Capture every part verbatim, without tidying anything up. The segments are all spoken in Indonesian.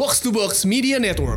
Box to Box Media Network.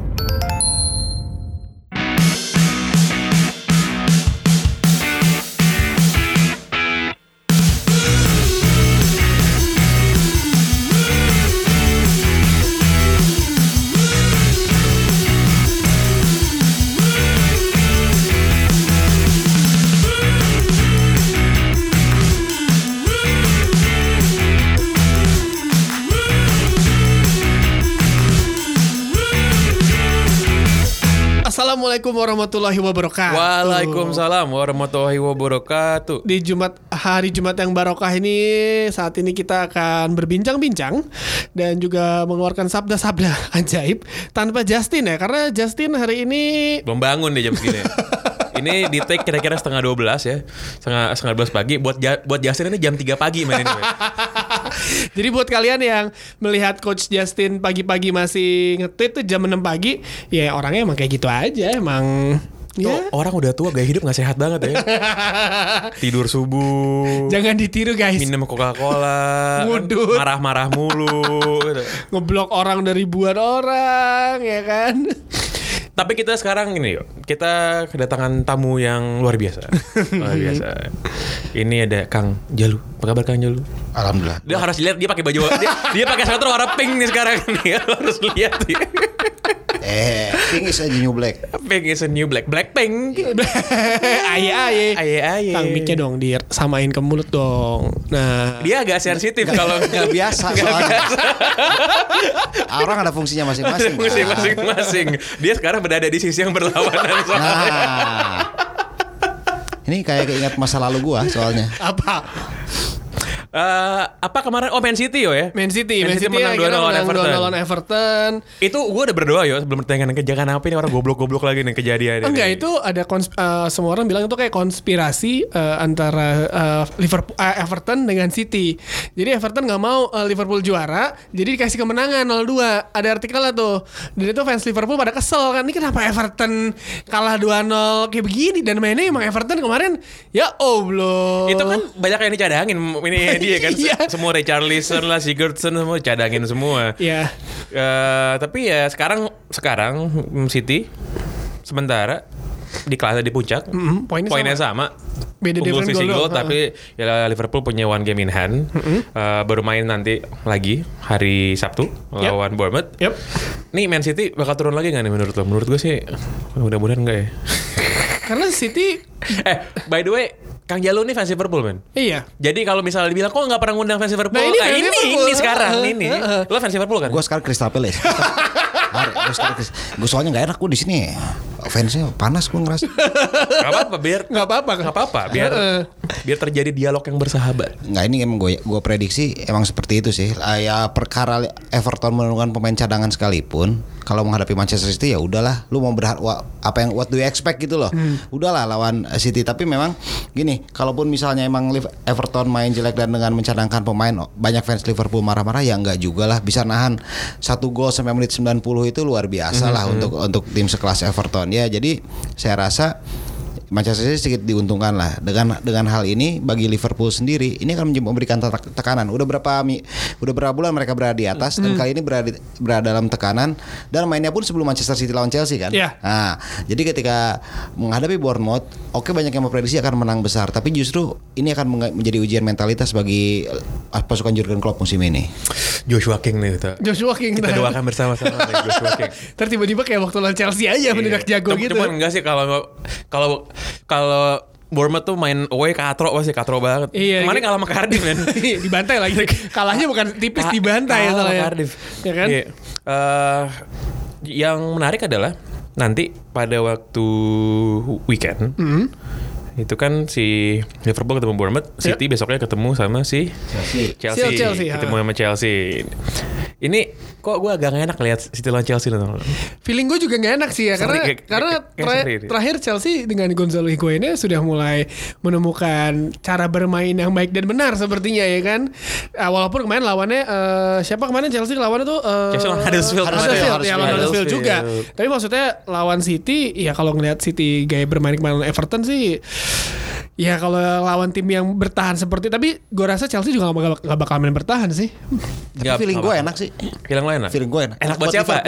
Assalamualaikum warahmatullahi wabarakatuh. Waalaikumsalam warahmatullahi wabarakatuh. Di Jumat hari Jumat yang barokah ini, saat ini kita akan berbincang-bincang dan juga mengeluarkan sabda-sabda ajaib tanpa Justin ya, karena Justin hari ini belum bangun deh jam segini. Ini di take kira-kira setengah dua belas ya, setengah setengah dua belas pagi. Buat buat Justin ini jam tiga pagi main ini. Jadi buat kalian yang melihat Coach Justin pagi-pagi masih nge-tweet tuh jam enam pagi, ya orangnya emang kayak gitu aja emang. Tuh, ya. Orang udah tua gaya hidup gak sehat banget ya. Tidur subuh, jangan ditiru guys. Minum Coca-Cola, Mudut, marah-marah mulu gitu. Ngeblok orang dari ribuan orang ya kan. Tapi kita sekarang ini yuk, kita kedatangan tamu yang luar biasa. Luar biasa. Ini ada Kang Jalu. Apa kabar Kang Jalu? Alhamdulillah. Dia harus lihat, dia pakai baju dia, dia pakai sweater warna pink nih sekarang nih. Harus lihat dia. Eh, pink is a new black. Pink is a new black. Black pink. Aye aye. Aye aye. Kang mic-nya dong disamain ke mulut dong. Nah, dia agak sensitif kalau nggak biasa gak soalnya. Biasa. Orang ada fungsinya masing-masing. Fungsi masing-masing. Dia sekarang berada di sisi yang berlawanan soalnya. Nah, ini kayak keinget masa lalu gua soalnya. Apa? Uh, apa kemarin? Oh Man City yo ya. Man City, Man, Man City, City menang dua nol lawan Everton. dua nol lawan Everton. Itu gue udah berdoa yo sebelum pertandingan jangan apa ini orang goblok-goblok lagi nih kejadian. Enggak, ini. itu ada kons- uh, semua orang bilang itu kayak konspirasi uh, antara uh, Liverpool uh, Everton dengan City. Jadi Everton nggak mau uh, Liverpool juara, jadi dikasih kemenangan nol dua. Ada artikelnya tuh. Dan itu fans Liverpool pada kesel kan, ini kenapa Everton kalah dua nol kayak begini, dan mainnya emang Everton kemarin ya Allah. Itu kan banyak yang dicadangin ini dia kan. Iya. Semua Richarlison lah, Sigurdsson semua cadangin semua. Iya. Uh, tapi ya sekarang sekarang City sementara di kelas di puncak, mm-hmm, poinnya, poinnya sama. sama. Beda unggul different goal, goal, tapi ya Liverpool punya one game in hand. Mm-hmm. Uh, baru main nanti lagi hari Sabtu yep. lawan Bournemouth. Yep. Nih Man City bakal turun lagi nggak nih menurut lo? Menurut gue sih mudah-mudahan enggak ya. Karena City eh by the way Kang Jalu nih fans Liverpool men. Iya. Jadi kalau misalnya dibilang kok nggak pernah ngundang fans Liverpool, nah, ini, nah, ini, ini sekarang uh, ini. Uh, uh. Lo fans Liverpool kan? Gue sekarang Crystal Palace. Gue soalnya nggak enak gue di sini. Fansnya panas gue ngerasa. Gak apa-apa biar nggak apa-apa nggak apa-apa biar uh. biar terjadi dialog yang bersahabat. Nggak, ini emang gue gue prediksi emang seperti itu sih. Ya perkara Everton menurunkan pemain cadangan sekalipun, kalau menghadapi Manchester City ya udahlah. Lu mau berharap apa yang what do you expect gitu loh. Hmm. Udahlah lawan City. Tapi memang gini, kalaupun misalnya emang Everton main jelek dan dengan mencadangkan pemain, banyak fans Liverpool marah-marah ya enggak juga lah. Bisa nahan satu gol sampai menit sembilan puluh itu luar biasa lah hmm. untuk untuk tim sekelas Everton. Ya jadi saya rasa Manchester City sedikit diuntungkan lah dengan dengan hal ini. Bagi Liverpool sendiri ini akan memberikan tekanan. Udah berapa udah berapa bulan mereka berada di atas, dan hmm. kali ini berada berada dalam tekanan, dan mainnya pun sebelum Manchester City lawan Chelsea kan. Yeah. Nah, jadi ketika menghadapi Bournemouth, oke okay, banyak yang memprediksi akan menang besar, tapi justru ini akan menjadi ujian mentalitas bagi pasukan Jurgen Klopp musim ini. Joshua King nih kita. Joshua King kita doakan bersama-sama nih Joshua King. Terus tiba-tiba kayak waktu lawan Chelsea aja mendadak jago Tem- gitu. Cuman enggak sih kalau kalau kalau Bournemouth tuh main away katro pasti katro banget. Iya, kemarin gitu. kalah sama Cardiff men. Dibantai lagi. Kalahnya bukan tipis, dibantai ya kalah salahnya. Cardiff. Ya kan? Iya. Uh, yang menarik adalah nanti pada waktu weekend. Mm-hmm. Itu kan si Liverpool ketemu Bournemouth, City yep. besoknya ketemu sama si Chelsea. Chelsea, Chelsea ketemu sama Chelsea. Ini kok gue agak gak enak lihat City lawan Chelsea loh. Feeling gue juga gak enak sih ya, karena seri, karena kayak, kayak tra- terakhir Chelsea dengan Gonzalo Higuain sudah mulai menemukan cara bermain yang baik dan benar sepertinya ya kan. Uh, walaupun kemarin lawannya uh, siapa kemarin Chelsea lawannya tuh uh, Chelsea lawan Huddersfield, Huddersfield, Huddersfield, ya lawan Huddersfield juga. Tapi maksudnya lawan City ya kalau ngelihat City gaya bermain kemarin Everton sih Ya kalau lawan tim yang bertahan seperti, tapi gue rasa Chelsea juga gak bakal, gak bakal main bertahan sih. Tapi Gak, feeling gak gue bakal. enak sih. Feeling lo enak? Feeling gue enak. Enak buat siapa?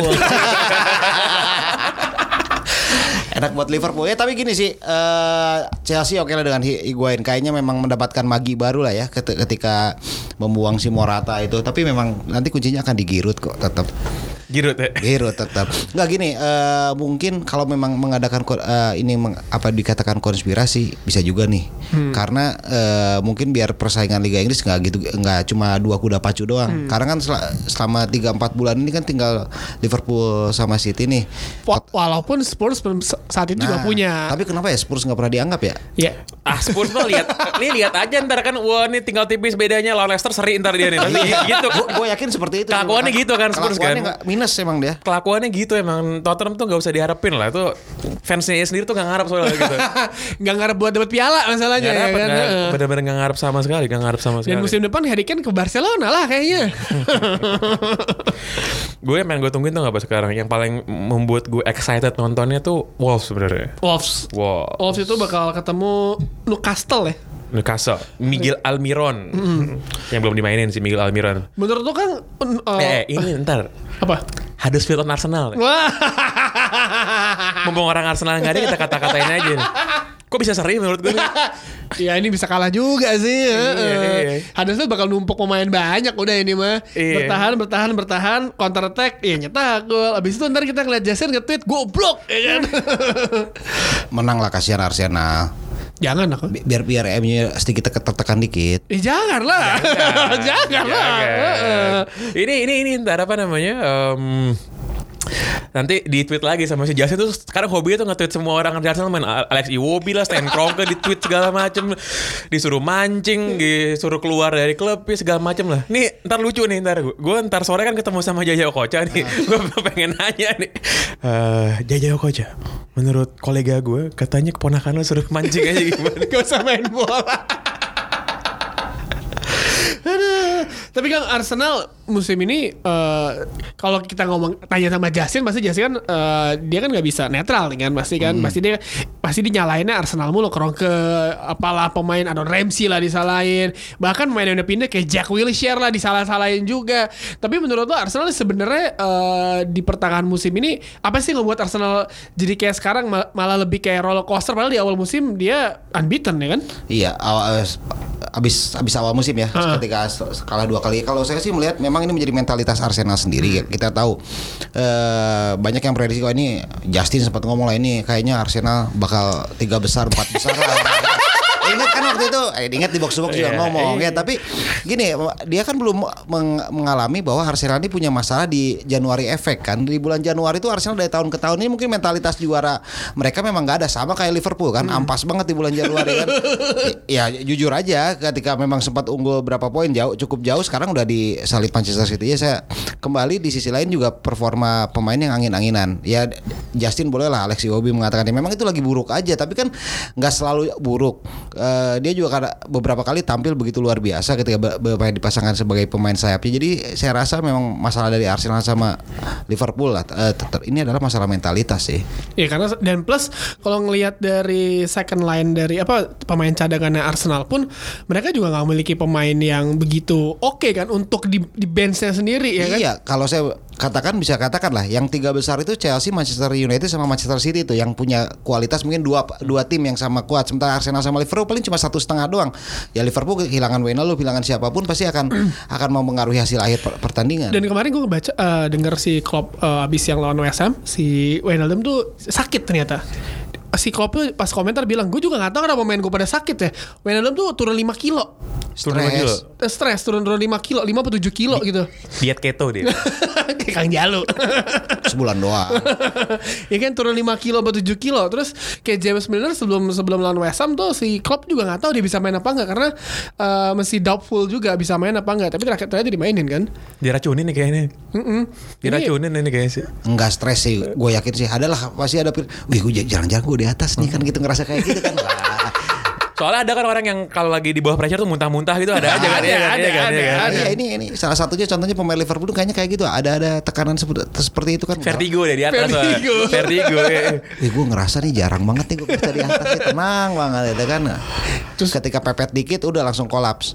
Enak buat Liverpool ya, tapi gini sih, uh, Chelsea oke lah dengan Higuain, kayaknya memang mendapatkan magi baru lah ya ketika membuang si Morata itu, tapi memang nanti kuncinya akan di Giroud kok tetap. Giroud ya? Giroud tetap. Nggak gini, uh, mungkin kalau memang mengadakan uh, ini meng, apa dikatakan konspirasi bisa juga nih, hmm. karena uh, mungkin biar persaingan Liga Inggris nggak gitu, nggak cuma dua kuda pacu doang. Hmm. Karena kan sel- selama tiga empat bulan ini kan tinggal Liverpool sama City nih. Walaupun Spurs saat itu nah, juga punya. Tapi kenapa ya Spurs nggak pernah dianggap ya? Iya. Ah Spurs mah lihat, nih lihat aja ntar kan, wah nih tinggal tipis bedanya lawan Leicester seri ntar dia nih. Tapi gitu. Gue yakin seperti itu. Kelakuannya gitu kan Spurs kan. Gak, minus emang dia. Kelakuannya gitu emang. Tottenham tuh nggak usah diharapin lah. Tuh fansnya sendiri tuh nggak ngarap soalnya gitu. Nggak ngarap buat dapat piala masalahnya. Gak ya dapet, kan? gak, bener-bener nggak ngarap sama sekali, nggak ngarap sama sekali. Dan musim depan Harry Kane ke Barcelona lah kayaknya. Gue emang gue tungguin tuh nggak apa sekarang. Yang paling membuat gue excited nontonnya tuh Wolves sebenarnya. Wolves. Wow. Wolves itu bakal ketemu Newcastle ya. Newcastle, Miguel Almiron, mm. yang belum dimainin si Miguel Almiron. Menurut lo kan? Uh, eh, ini ntar. Apa? Huddersfield on Arsenal. Wah. Mumpung orang Arsenal nggak ada, kita kata-katain aja. Kok bisa seri menurut gue? Ya ini bisa kalah juga sih. Iya, iya. Huddersfield bakal numpuk pemain banyak udah ini mah. Iya. Bertahan, bertahan, bertahan, counter attack, ya nyetak gol. Abis itu ntar kita ngeliat Jason nge-tweet goblok, ya kan? Menang lah, kasihan Arsenal. Jangan lah. Bi- biar biar M U sedikit tertekan dikit. Eh jangan lah. Jangan, jangan lah. Jangan. Ini ini ini ntar apa namanya? Um, nanti di tweet lagi sama si Justin tuh sekarang hobinya tuh nge-tweet semua orang Arsenal main Alex Iwobi lah, Stan Kroenke di tweet segala macem, disuruh mancing, disuruh keluar dari klub segala macem lah. Nih ntar lucu nih, ntar gue gue ntar sore kan ketemu sama Jaya Okocha nih, gue pengen nanya nih, uh, Jaya Okocha, menurut kolega gue katanya keponakan lo suruh mancing aja gimana? Gak usah main bola. Tapi kan Arsenal musim ini uh, kalau kita ngomong tanya sama Justin, pasti Justin kan uh, dia kan nggak bisa netral nih kan, pasti kan hmm. pasti dia pasti dinyalainnya Arsenal mulu, Kroenke apalah pemain Aaron Ramsey lah disalahin, bahkan pemain yang udah pindah kayak Jack Wilshere lah disalah-salahin juga. Tapi menurut lo Arsenal sebenarnya uh, di pertengahan musim ini apa sih ngebuat Arsenal jadi kayak sekarang mal- malah lebih kayak roller coaster, padahal di awal musim dia unbeaten ya kan? Iya, awal abis abis awal musim ya, uh. ketika kalah dua kali. Kalau saya sih melihat memang ini menjadi mentalitas Arsenal sendiri. Hmm. Kita tahu eh, banyak yang prediksi, oh ini Justin sempat ngomong lah, ini kayaknya Arsenal bakal tiga besar empat besar lah. Ingat kan waktu itu, eh, ingat di box to box juga ngomong ya. Tapi gini, dia kan belum meng- mengalami bahwa Arsenal ini punya masalah di Januari efek kan. Di bulan Januari itu Arsenal dari tahun ke tahun ini mungkin mentalitas juara mereka memang nggak ada, sama kayak Liverpool kan, hmm. ampas banget di bulan Januari kan. Ya jujur aja, ketika memang sempat unggul berapa poin jauh, cukup jauh, sekarang udah disalip Manchester City. Ya saya kembali di sisi lain juga performa pemain yang angin-anginan. Ya Justin boleh lah, Alex Iwobi mengatakan ya memang itu lagi buruk aja, tapi kan nggak selalu buruk. Uh, dia juga kada, beberapa kali tampil begitu luar biasa ketika bermain dipasangkan sebagai pemain sayapnya. Jadi saya rasa memang masalah dari Arsenal sama Liverpool lah, uh, ter- ini adalah masalah mentalitas sih. Iya, karena dan plus kalau ngelihat dari second line dari apa pemain cadangannya Arsenal pun mereka juga nggak memiliki pemain yang begitu oke okay kan untuk di, di benchnya sendiri ya kan. Iya, kalau saya katakan bisa katakan lah yang tiga besar itu Chelsea, Manchester United sama Manchester City itu yang punya kualitas mungkin dua dua tim yang sama kuat. Sementara Arsenal sama Liverpool paling cuma satu setengah doang. Ya Liverpool kehilangan Wijnaldum, kehilangan siapapun pasti akan akan mempengaruhi hasil akhir per- pertandingan. Dan kemarin gue ngebaca uh, dengar si Klopp uh, abis yang lawan West Ham, si Wijnaldum tuh sakit ternyata. Si Klopp tuh pas komentar bilang, gue juga nggak tahu kenapa pemain gue pada sakit ya. Wijnaldum tuh turun lima kilo. Turun lima kilo. Stres, turun turun lima kilo, lima atau tujuh kilo gitu. Diet keto dia. Kayak Kang Jalu. Sebulan doang. Ya kan turun lima kilo atau tujuh kilo. Terus kayak James Milner sebelum sebelum lawan West Ham tuh si Klopp juga nggak tahu dia bisa main apa enggak, karena uh, masih doubtful juga bisa main apa enggak. Tapi terakhir terakhir dimainin kan. Diracunin nih kayaknya. Mm-mm. Diracunin ini kayaknya sih. Enggak stres sih, gue yakin sih. Adalah pasti ada. Wih, gue jarang-jarang gue di atas nih kan gitu, ngerasa kayak gitu kan. Soalnya ada kan orang yang kalau lagi di bawah pressure tuh muntah-muntah gitu ada aja kan. Ada, Iya kan? ada, Iya kan? ada, Iya kan? ada. Iya ini ini salah satunya contohnya pemain Liverpool tuh kayaknya kayak gitu. Ada ada tekanan seperti, seperti itu kan. Vertigo deh di atas. Vertigo. Wah. Vertigo. iya. Eh gue ngerasa nih jarang banget nih gue kerja di atas nih, tenang banget ya kan. Terus ketika pepet dikit udah langsung kolaps.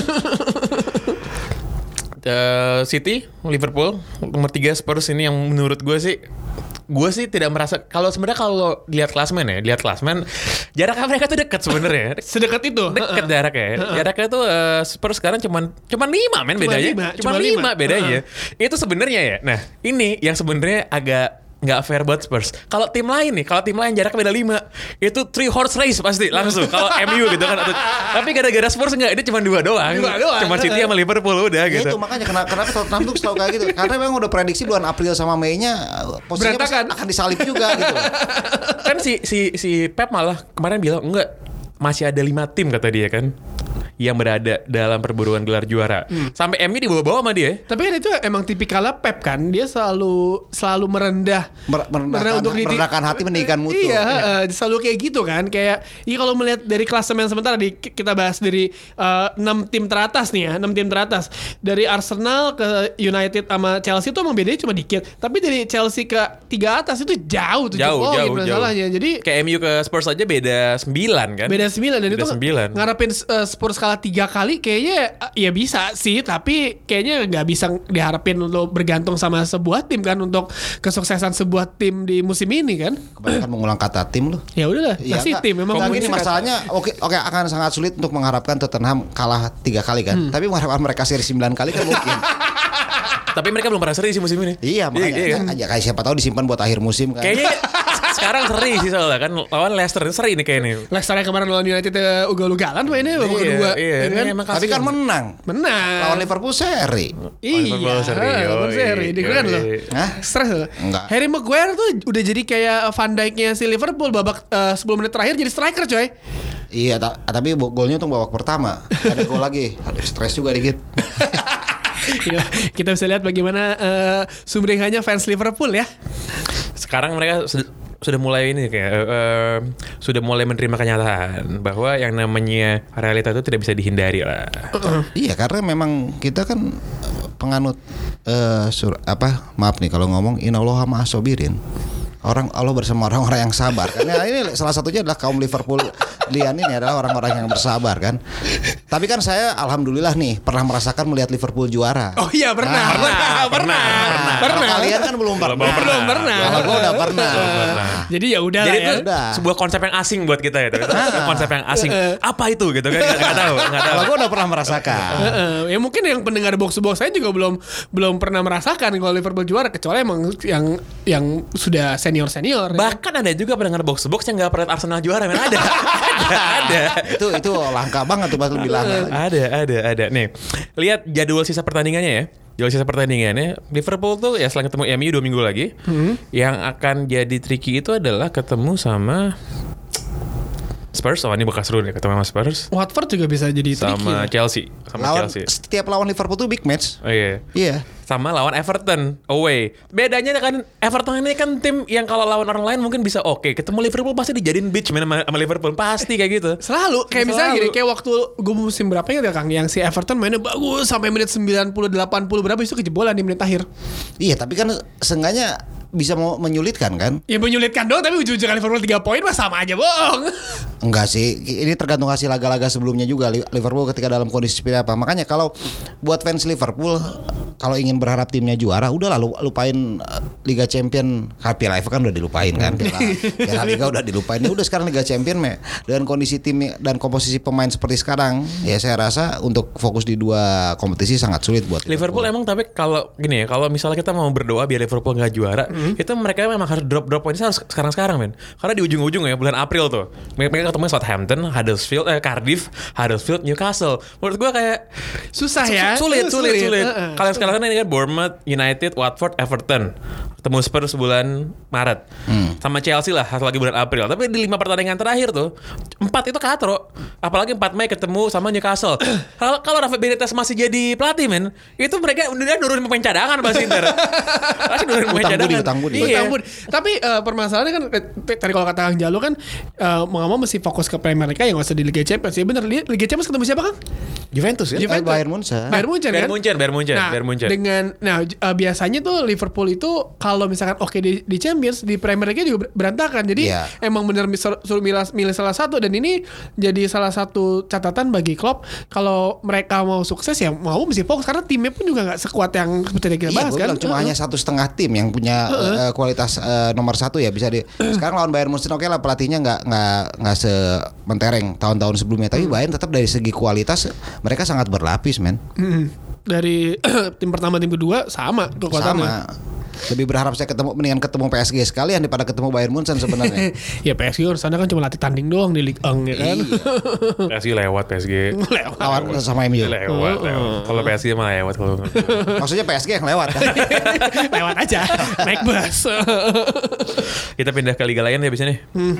Uh, City, Liverpool, nomor tiga Spurs ini yang menurut gue sih, gue sih tidak merasa kalau sebenarnya kalau lihat klasmen ya, lihat klasmen jaraknya mereka tuh dekat sebenarnya, Sedekat itu. dekat jaraknya. Jaraknya tuh uh, Spurs sekarang cuman cuman lima men Cuma bedanya, lima, cuma cuma lima lima. bedanya. Itu sebenarnya ya. Nah ini yang sebenarnya agak nggak fair buat Spurs. Kalau tim lain nih, kalau tim lain jaraknya beda lima, itu three horse race pasti langsung. Kalau M U gitu kan. Atau, tapi gara-gara Spurs enggak, ini cuma dua doang. Dua doang. Cuma City sama Liverpool udah Ya gitu. itu makanya kenapa, kenapa Tottenham tuh selalu kayak gitu. Karena memang udah prediksi bulan April sama Mei-nya posisinya pasti Berantakan. akan disalip juga gitu. Kan si si si Pep malah kemarin bilang enggak, masih ada lima tim kata dia kan yang berada dalam perburuan gelar juara. Hmm. Sampai M U dibawa-bawa sama dia. Tapi kan itu emang tipikalnya Pep kan. Dia selalu selalu merendah. Mer- merendahkan, untuk di- merendahkan hati meninggikan mutu. Iya, uh, selalu kayak gitu kan. Kayak iya kalau melihat dari klasemen sementara di kita bahas dari uh, enam tim teratas nih ya, enam tim teratas. Dari Arsenal ke United sama Chelsea itu emang bedanya cuma dikit. Tapi dari Chelsea ke tiga atas itu jauh tujuh Jauh, poin jauh, masalahnya. jauh. Jadi kayak M U ke Spurs aja beda sembilan kan. beda sembilan dan Beda itu sembilan. ngarepin uh, Spurs kalah tiga kali kayaknya uh, ya bisa sih, tapi kayaknya nggak bisa diharapin untuk bergantung sama sebuah tim kan untuk kesuksesan sebuah tim di musim ini kan. Kebanyakan mengulang kata tim loh. Ya udahlah, Iya, masih enggak. tim memang Nggak, gini punya- masalahnya oke oke akan sangat sulit untuk mengharapkan Tottenham kalah tiga kali kan. Tapi mengharapkan mereka seri sembilan kali kan mungkin. Tapi mereka belum pernah seri sih musim ini. Iya makanya Iya, iya. aja kayak siapa tahu disimpan buat akhir musim kan. Kayaknya sekarang seri sih soalnya kan lawan Leicester seri nih kayaknya. Leicester yang kemarin lawan United uh, ugal-ugalan mainnya babak Iya, kedua iya. ya kan? Ini emang Tapi kan kasihan. menang. Menang. Lawan Liverpool seri. Iya, Liverpool seri, Liverpool yoi, seri. Di kan yoi. loh. Hah? Stres loh. Enggak. Harry Maguire tuh udah jadi kayak Van Dijk-nya si Liverpool babak uh, sepuluh menit terakhir jadi striker coy. Iya, ta- tapi golnya tuh babak pertama. Ada gol lagi. Aduh, stres juga dikit. Ya, kita bisa lihat bagaimana uh, sumringahnya fans Liverpool ya. Sekarang mereka sudah, sudah mulai ini kayak uh, uh, sudah mulai menerima kenyataan bahwa yang namanya realita itu tidak bisa dihindari lah. Iya, karena memang kita kan penganut eh sur apa? Maaf nih kalau ngomong innallaha ma'as sabirin. Orang Allah bersama orang-orang yang sabar. Karena ini salah satunya adalah kaum Liverpool lian ini adalah orang-orang yang bersabar kan. Tapi kan saya alhamdulillah nih pernah merasakan melihat Liverpool juara. Oh iya pernah, Nah, pernah, pernah, pernah, Nah, pernah. kalau kalian kan belum pernah. Belum pernah. Belum pernah. Kalau gue udah pernah. Jadi ya udah Jadi lah itu ya. Udah. sebuah konsep yang asing buat kita ya. Itu konsep yang asing. Apa itu gitu kan? Nggak nggak tahu, nggak tahu. Kalau gue udah pernah merasakan. Heeh, ya mungkin yang pendengar box to box saya juga belum belum pernah merasakan kalau Liverpool juara kecuali emang yang yang sudah senior senior. Bahkan ada juga pendengar box to box yang nggak pernah Arsenal juara, men ada, ada, ada. itu itu langka banget tuh pas lu bilang. Ada, ada, ada. Nih, lihat jadwal sisa pertandingannya ya. Jadwal sisa pertandingannya, Liverpool tuh ya selain ketemu M U dua minggu lagi, hmm. yang akan jadi tricky itu adalah ketemu sama Spurs. Oh ini bakal seru nih ketemu sama Spurs. Watford juga bisa jadi tricky. Sama ya. Chelsea, sama Lawan Chelsea. setiap lawan Liverpool tuh big match. Oh iya. Iya. Sama lawan Everton away. Bedanya kan Everton ini kan tim yang kalau lawan orang lain mungkin bisa oke. Ketemu Liverpool pasti dijadiin bitch main sama, sama Liverpool pasti kayak gitu. Selalu kayak misalnya Selalu. gini, kayak waktu gue musim berapa ya Kang, yang si Everton mainnya bagus sampai menit sembilan puluh delapan puluh berapa itu kejebolan di menit akhir. Iya, tapi kan seenggaknya bisa mau menyulitkan kan? Ya menyulitkan dong, tapi ujung-ujungnya Liverpool tiga poin mah sama aja bohong. Enggak sih, ini tergantung hasil laga-laga sebelumnya juga Liverpool ketika dalam kondisi seperti apa. Makanya kalau buat fans Liverpool kalau ingin berharap timnya juara, udahlah lupain Liga Champion. Piala F A kan udah dilupain kan, Piala, Piala Liga udah dilupain. Ya udah sekarang Liga Champion me. Dengan kondisi tim dan komposisi pemain seperti sekarang, ya saya rasa untuk fokus di dua kompetisi sangat sulit buat Liverpool. Liverpool emang tapi kalau gini ya, kalau misalnya kita mau berdoa biar Liverpool nggak juara, mm-hmm. itu mereka memang harus drop-drop poinnya harus sekarang-sekarang men. Karena di ujung-ujung ya bulan April tuh, mereka ketemu Southampton, Huddersfield, eh, Cardiff, Huddersfield, Newcastle. Menurut gua kayak susah ya. Sulit, sulit, sulit. sulit. Uh-uh. Kalau sekarang ini kan Bournemouth, United, Watford, Everton. Ketemu Spurs bulan Maret. Hmm. Sama Chelsea lah satu lagi bulan April. Tapi di lima pertandingan terakhir tuh, empat itu katro. apalagi empat Mei ketemu sama Newcastle. Kalau kalau Rafa Benitez masih jadi pelatih men, itu mereka udah nurunin pemain cadangan pas Inter. Pasti nurunin pemain Utang budi, cadangan. utang budi. Iya. Utang budi. Tapi uh, permasalahannya kan eh, tadi kalau kata Kang Jalu kan uh, mau nggak mau mesti fokus ke Premier League ya nggak usah di Liga Champions. Ya bener, Liga Champions ketemu siapa Kang? Juventus ya? Juventus. Eh, Bayern Munchen. Bayern Munchen kan? Bayern Munchen, Bayern Munchen, Nah, Bayern Munchen. dengan nah uh, biasanya tuh Liverpool itu kalau misalkan oke di, di Champions di Premier League juga berantakan. Jadi Iya. emang bener mis- suruh milih, milih salah satu dan ini jadi salah satu catatan bagi Klopp kalau mereka mau sukses ya mau mesti fokus karena timnya pun juga nggak sekuat yang seperti yang kita Iya, bahas gue kan. bilang cuma Uh-uh. hanya satu setengah tim yang punya uh, kualitas uh, nomor satu ya bisa di. Sekarang lawan Bayern Munchen oke lah pelatihnya nggak nggak nggak sementereng tahun-tahun sebelumnya, tapi Bayern tetap dari segi kualitas mereka sangat berlapis men. Mm. Dari tim pertama tim kedua sama kekuatannya. Sama. Lebih berharap saya ketemu mendingan ketemu P S G sekalian daripada ketemu Bayern Munchen sebenarnya. Ya P S G sana kan cuma latih tanding doang di Ligue satu ya kan. P S G lewat P S G. Lewat. Lawan sama M U. Lewat, lewat. Kalau P S G mah lewat kalau. Maksudnya P S G yang lewat kan? Lewat aja naik bus. Kita pindah ke liga lain ya bisa nih. Hmm.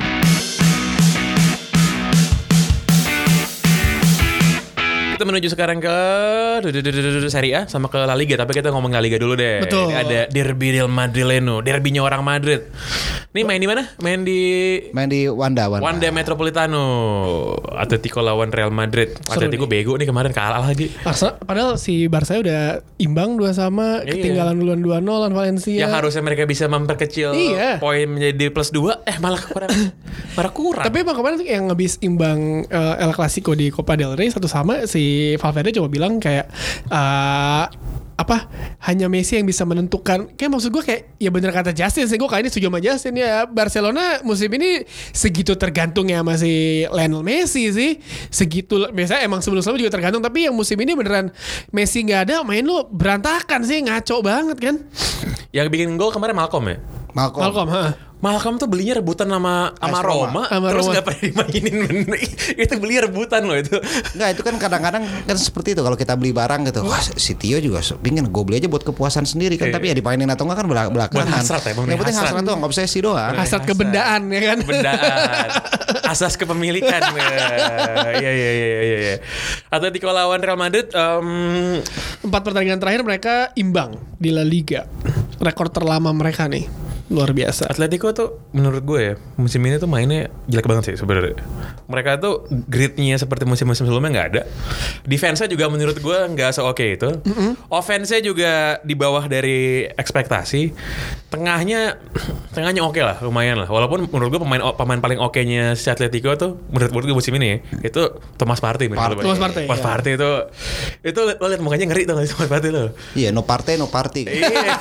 Kita menuju sekarang ke Serie A sama ke La Liga, tapi kita ngomong La Liga dulu deh. Betul. Ini ada Derby del Madrileno, derbynya orang Madrid. Ini main di mana? Main di Main di Wanda Wanda. Wanda Metropolitano. Atletico lawan Real Madrid. Atletico bego nih kemarin kalah lagi. Barca, padahal si Barca udah imbang dua sama, Iya. ketinggalan duluan dua nol lawan Valencia. Yang harusnya mereka bisa memperkecil Iya. poin menjadi plus dua, eh malah kurang, malah kurang. Tapi emang kemarin yang habis imbang uh, El Clasico di Copa del Rey satu sama, si Valverde cuma bilang kayak uh, apa hanya Messi yang bisa menentukan. Kayak maksud gue kayak ya bener kata Justin sih, gue kali ini setuju sama Justin ya. Barcelona musim ini segitu tergantungnya sama si Lionel Messi sih. Segitu biasanya emang sebelum-sebelumnya juga tergantung, tapi yang musim ini beneran Messi nggak ada main lu berantakan sih, ngaco banget kan. Yang bikin gol kemarin Malcolm ya. Malcolm. Malcolm, ha. Malcolm tuh belinya rebutan sama sama A S Roma. Roma, Sama terus Roma. nggak pernah dimainin. Itu belinya rebutan loh itu. Enggak, itu kan kadang-kadang kan seperti itu kalau kita beli barang gitu. Wah, si Tio juga pingin gue beli aja buat kepuasan sendiri kan, Iya. tapi ya dipainin atau enggak kan belak- belakangan. Buat hasrat ya, Bang. Yang penting Hasrat. hasrat doang, obsesi doang. Hasrat kebendaan ya kan. Bendaan, asas kepemilikan. Iya iya iya iya iya. Atletico lawan Real Madrid. Um, Empat pertandingan terakhir mereka imbang di La Liga. Rekor terlama mereka nih. Luar biasa. Atletico tuh menurut gue ya musim ini tuh mainnya jelek banget sih sebenarnya. Mereka tuh gritnya seperti musim-musim sebelumnya nggak ada. Defense-nya juga menurut gue nggak se-oke itu. Mm-hmm. Offense-nya juga di bawah dari ekspektasi. Tengahnya tengahnya oke lah, lumayan lah. Walaupun menurut gue pemain pemain paling oke-nya si Atletico tuh menurut, menurut gue musim ini ya, itu Thomas Partey. Partey. Thomas Partey, Thomas ya. Partey itu itu lo liat mukanya ngeri tuh Thomas Partey tuh. Iya, no party no party. Iya.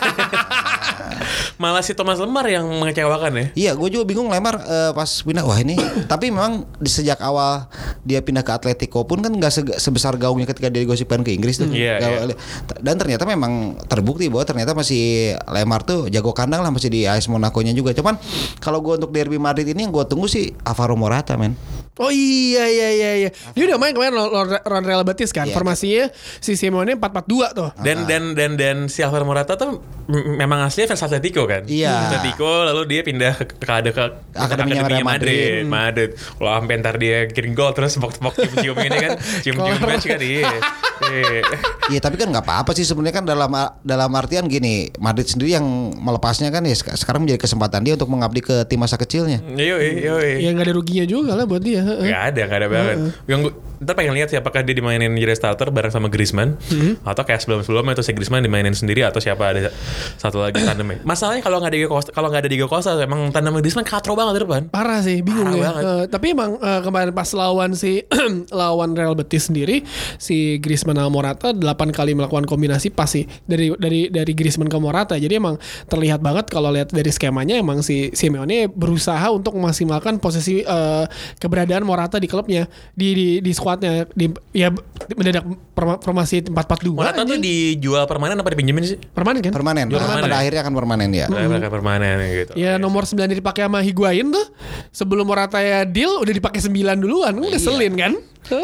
Malah si Thomas Lemar yang mengecewakan ya. Iya, gue juga bingung Lemar uh, pas pindah. Wah ini, tapi memang di sejak awal dia pindah ke Atletico pun kan nggak se- sebesar gaungnya ketika dia digosipkan ke Inggris tuh. Iya, Gaul- Dan ternyata memang terbukti bahwa ternyata masih Lemar tuh jago kandang lah, masih di A S Monaco-nya juga. Cuman kalau gue untuk Derby Madrid ini yang gue tunggu sih Alvaro Morata men. Oh iya iya iya iya. Dia udah main kemarin lawan Real Betis kan. Iya. Formasinya si Simeone empat empat dua tuh. Dan dan dan dan si Alvaro Morata tuh m- memang aslinya fans Atletico kan. Iya. Atletico lalu dia pindah ke ke, ke, ke Akademinya Akademinya Madrid. Madrid. Madrid. Kalau sampai ntar dia kirim gol terus tepok-tepok cium-cium ini kan, cium-cium Kelar. match kan iya. Iya. Iya tapi kan nggak apa-apa sih sebenarnya kan dalam dalam artian gini, Madrid sendiri yang melepasnya kan ya sek- sekarang menjadi kesempatan dia untuk mengabdi ke tim masa kecilnya. Yoi, yoi. Ya nggak ada ruginya juga lah buat dia. heeh. Gak ada, gak ada banget. Yang gue ntar pengen lihat sih apakah dia dimainin jadi starter bareng sama Griezmann, Hmm. atau kayak sebelum-sebelumnya itu si Griezmann dimainin sendiri atau siapa ada satu lagi tandemnya. Masalahnya kalau nggak ada Diego Costa, kalau nggak ada Diego Costa, emang tandem Griezmann katro banget di depan. Parah sih, bingung Parah ya. banget. Eh, tapi emang eh, kemarin pas lawan si lawan Real Betis sendiri, si Griezmann sama Morata delapan kali melakukan kombinasi pas sih dari dari dari Griezmann ke Morata. Jadi emang terlihat banget kalau lihat dari skemanya emang si Simeone berusaha untuk memaksimalkan posisi eh, keberadaan Morata di klubnya, di di, di skuadnya, di ya mendadak perma- formasi empat empat dua. Morata tuh dijual permanen apa dipinjemin sih? permanen kan? Permanen. Jual Pada permanen. akhirnya akan permanen ya. Nah, mereka permanen gitu. Ya nomor sembilan dipakai sama Higuain tuh. Sebelum Morata ya deal udah dipakai sembilan duluan. Udah Iya. selin kan? Heeh.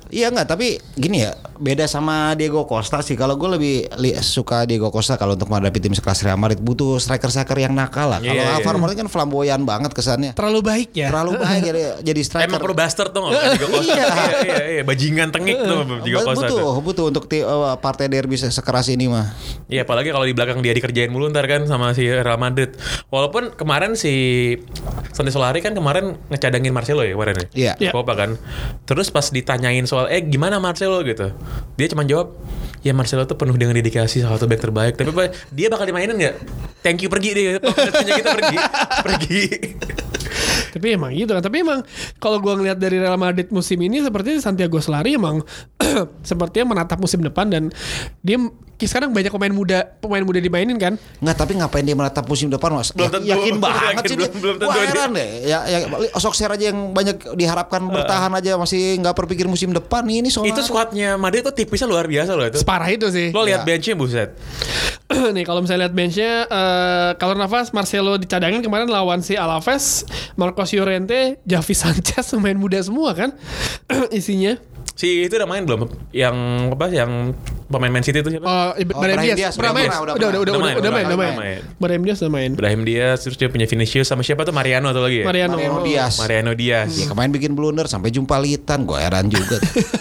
Iya enggak, tapi gini ya, beda sama Diego Costa sih. Kalau gue lebih li- suka Diego Costa kalau untuk menghadapi tim sekelas Real Madrid butuh striker-striker yang nakal lah. Kalau Iya, Alvaro iya. Morata kan flamboyan banget kesannya. Terlalu baik ya. Terlalu baik jadi, jadi striker. Emang pro bastard tuh nggak Diego Costa. Iya. iya, iya, iya, bajingan tengik tuh Diego Costa. butuh, tuh. butuh untuk ti- uh, partai derby se- sekeras ini mah. Iya, apalagi kalau di belakang dia dikerjain mulu ntar kan sama si Real Madrid. Walaupun kemarin si Santi Solari kan kemarin ngecadangin Marcelo ya kemarin ya. Iya. Iya. Copa kan. Terus pas ditanyain soal eh gimana Marcelo gitu. Dia cuma jawab, "Ya Marcelo tuh penuh dengan dedikasi, salah satu back terbaik." Tapi Pak, dia bakal dimainin enggak? Thank you pergi deh. Pokoknya kita pergi. Pergi. Tapi emang gitu kan. Tapi emang kalau gua ngelihat dari Real Madrid musim ini seperti Santiago Solari emang sepertinya menatap musim depan dan dia sekarang banyak pemain muda pemain muda dimainin kan. Enggak, tapi ngapain dia menatap musim depan Mas? Belum Ya- tentu. yakin banget Yakin sih belum- dia. belum tentu Wah, dia. heran deh. Ya, ya Solskjaer aja yang banyak diharapkan bertahan aja masih nggak berpikir musim depan ini Solari. Itu skuadnya Madrid tuh tipisnya luar biasa loh itu. Separah itu sih. Lo lihat Ya. benchnya buset. Nih kalau misalnya lihat benchnya uh, kalau Navas, Marcelo dicadangin kemarin lawan si Alaves, Marcos Llorente, Javi Sanchez pemain muda semua kan isinya. Si itu udah main belum? Yang apa? Yang pemain Man City itu siapa? Oh, Oh, Brahim Brahim Diaz, Diaz, udah udah main, pernah, udah udah udah udah Udah udah main, udah main, udah udah main, main. main. Brahim Diaz udah main. Brahim Diaz, terus dia punya Vinicius sama siapa tuh Mariano atau lagi ya? Mariano. Mariano Diaz. Mariano Diaz. Ya kemarin bikin blunder sampai jumpa litan, gue heran juga.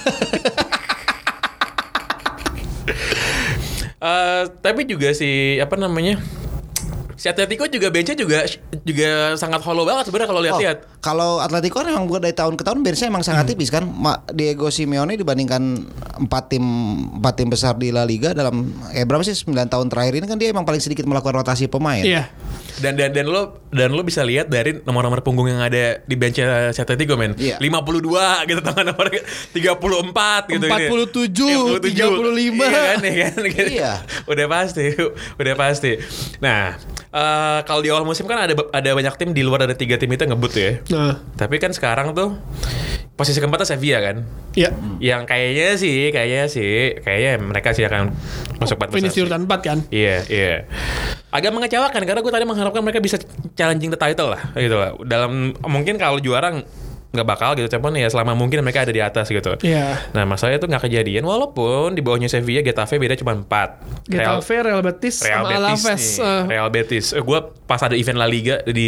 Eh, tapi juga si apa namanya? Si Atletico juga benchnya juga juga sangat hollow banget sebenarnya kalau Oh, lihat-lihat. kalau Atletico kan emang dari tahun ke tahun benchnya emang sangat tipis kan. Ma- Diego Simeone dibandingkan empat tim empat tim besar di La Liga dalam eh berapa sih sembilan tahun terakhir ini kan dia emang paling sedikit melakukan rotasi pemain. Iya. Dan dan dan lo dan lo bisa lihat dari nomor-nomor punggung yang ada di benchnya si Atletico men. Iya. lima puluh dua gitu tangan nomor tiga puluh empat gitu. empat puluh tujuh, tiga puluh lima. Iya kan, iya kan. Gitu. Iya. Udah pasti, udah pasti. Nah, eh, kalau di awal musim kan ada ada banyak tim di luar dari tiga tim itu ngebut ya. Nah, Tapi kan sekarang tuh posisi keempatnya Sevilla kan. iya. Yang kayaknya sih, kayaknya sih, kayaknya mereka sih akan masuk empat besar. Finish di sih. urutan empat kan. Iya, iya. Agak mengecewakan karena gue tadi mengharapkan mereka bisa challenging the title lah, gitu lah. Dalam mungkin kalau juara nggak bakal gitu, cuman ya selama mungkin mereka ada di atas gitu. Iya. Nah, masalahnya itu nggak kejadian walaupun di bawahnya Sevilla, Getafe beda cuma empat. Getafe, Real Betis, Real sama Betis Alaves. nih, Eh, Real Betis. Eh, gue pas ada event La Liga di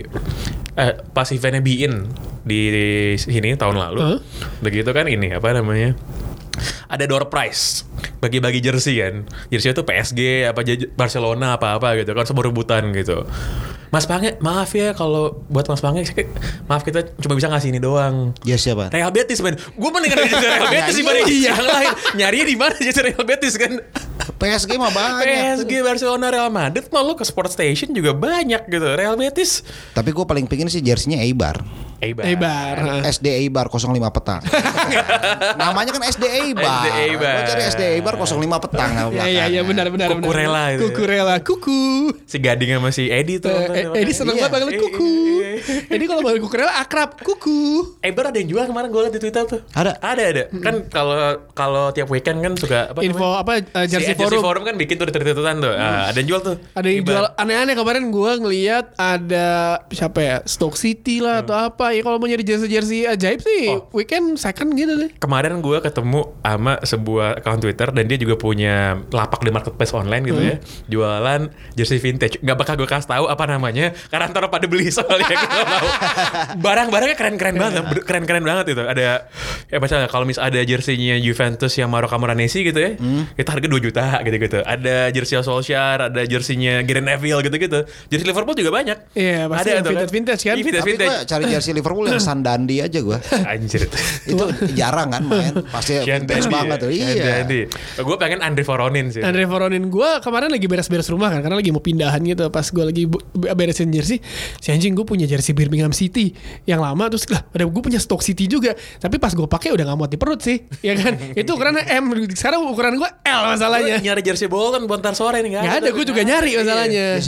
eh pas eventnya Be-In di sini tahun lalu. Huh? Begitu kan ini apa namanya? Ada door prize bagi-bagi jersey kan. Jersey itu P S G apa J- Barcelona apa-apa gitu kan semua rebutan gitu. Mas Pange, maaf ya kalau buat Mas Pange maaf kita cuma bisa ngasih ini doang. Ya siapa? Real Betis men. Gue mendingan jersey Real Betis Ya, dibanding iya. yang lain. Nyarinya di mana jersey Real Betis kan? P S G mah P banyak. S G, Barcelona, Real Madrid, mau lu ke Sport Station juga banyak gitu. Real Betis, Tapi gue paling pingin sih jersinya Eibar. Eibar. Eibar. S D Eibar nol lima petang. Namanya kan S D Eibar. S D Eibar. Gue cari S D Eibar nol lima petang. nama Iya iya iya benar benar. benar. Kukurela itu ya. Kukurela, kuku. Si Gading sama si Edi tuh. Eh, eh, Edi seneng Iya. banget panggil kuku. Edi kalau panggil Kukurela akrab, kuku. Eibar ada yang jual kemarin gue liat di Twitter tuh. Ada. Ada ada. Kan kalau kalau tiap weekend kan suka apa Info namanya? apa uh, Si jersey Jersey forum. Forum kan bikin tuh di Twitter-Twitteran tuh. Ah, ada yang jual tuh. Ada yang Eibar. jual aneh-aneh kemarin gue ngeliat ada siapa ya Stoke City lah atau apa ya kalau mau nyari jersey-jersey ajaib sih Oh. weekend second gitu deh. Kemarin gue ketemu sama sebuah account Twitter dan dia juga punya lapak di marketplace online gitu ya, jualan jersey vintage. Gak bakal gue kasih tahu apa namanya karena ntar pada beli soalnya gue gak mau. Barang-barangnya keren-keren banget, ber- keren-keren banget itu. Ada ya misalnya kalau mis ada jerseynya Juventus yang Mauro Camoranesi gitu ya, itu harga dua juta gitu-gitu. Ada jersey Solskjaer, ada jerseynya Gary Neville gitu-gitu. Jersey Liverpool juga banyak. Iya, pasti ada tuh vintage-vintage kan. Iya, vintage, Tapi gue vintage. cari jersey Liverpool yang Sandandi aja gue. Anjir. Itu jarang kan main. Pasti vintage banget tuh. Iya. Gue pengen Andre Voronin sih. Andre Voronin gue kemarin lagi beres-beres rumah kan karena lagi mau pindahan gitu pas gue lagi bu- beresin jersey si anjing gue punya jersey Birmingham City yang lama terus lah ada gue punya Stoke City juga tapi pas gue pakai udah gak muat di perut sih ya kan itu ukurannya M sekarang ukuran gue L masalahnya Nyari jersey Bolton buat ntar sore nih nggak ada gue juga nyari masalahnya Ya, siapa?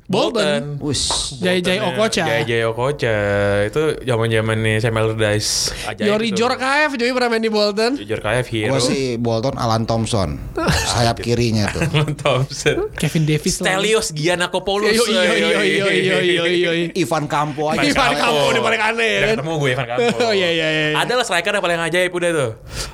Bolton. Wus. Jai-Jai Okocha. Jai-Jai Okocha. Itu zaman-zaman nih Sam Allardyce. Ajaib Yori itu. Jorkaeff juga pernah main di Bolton. Jorkaeff hero. Gua sih Bolton Alan Thompson. Sayap kirinya tuh. Thompson. Kevin Davis lah. Stelios Giannakopoulos. Yo yo yo yo yo yo yo. Ivan Campo aja. Ivan Campo udah paling aneh Udah kan. ketemu gue Ivan Campo. Oh iya iya iya. Ada lah striker yang paling ajaib udah tuh.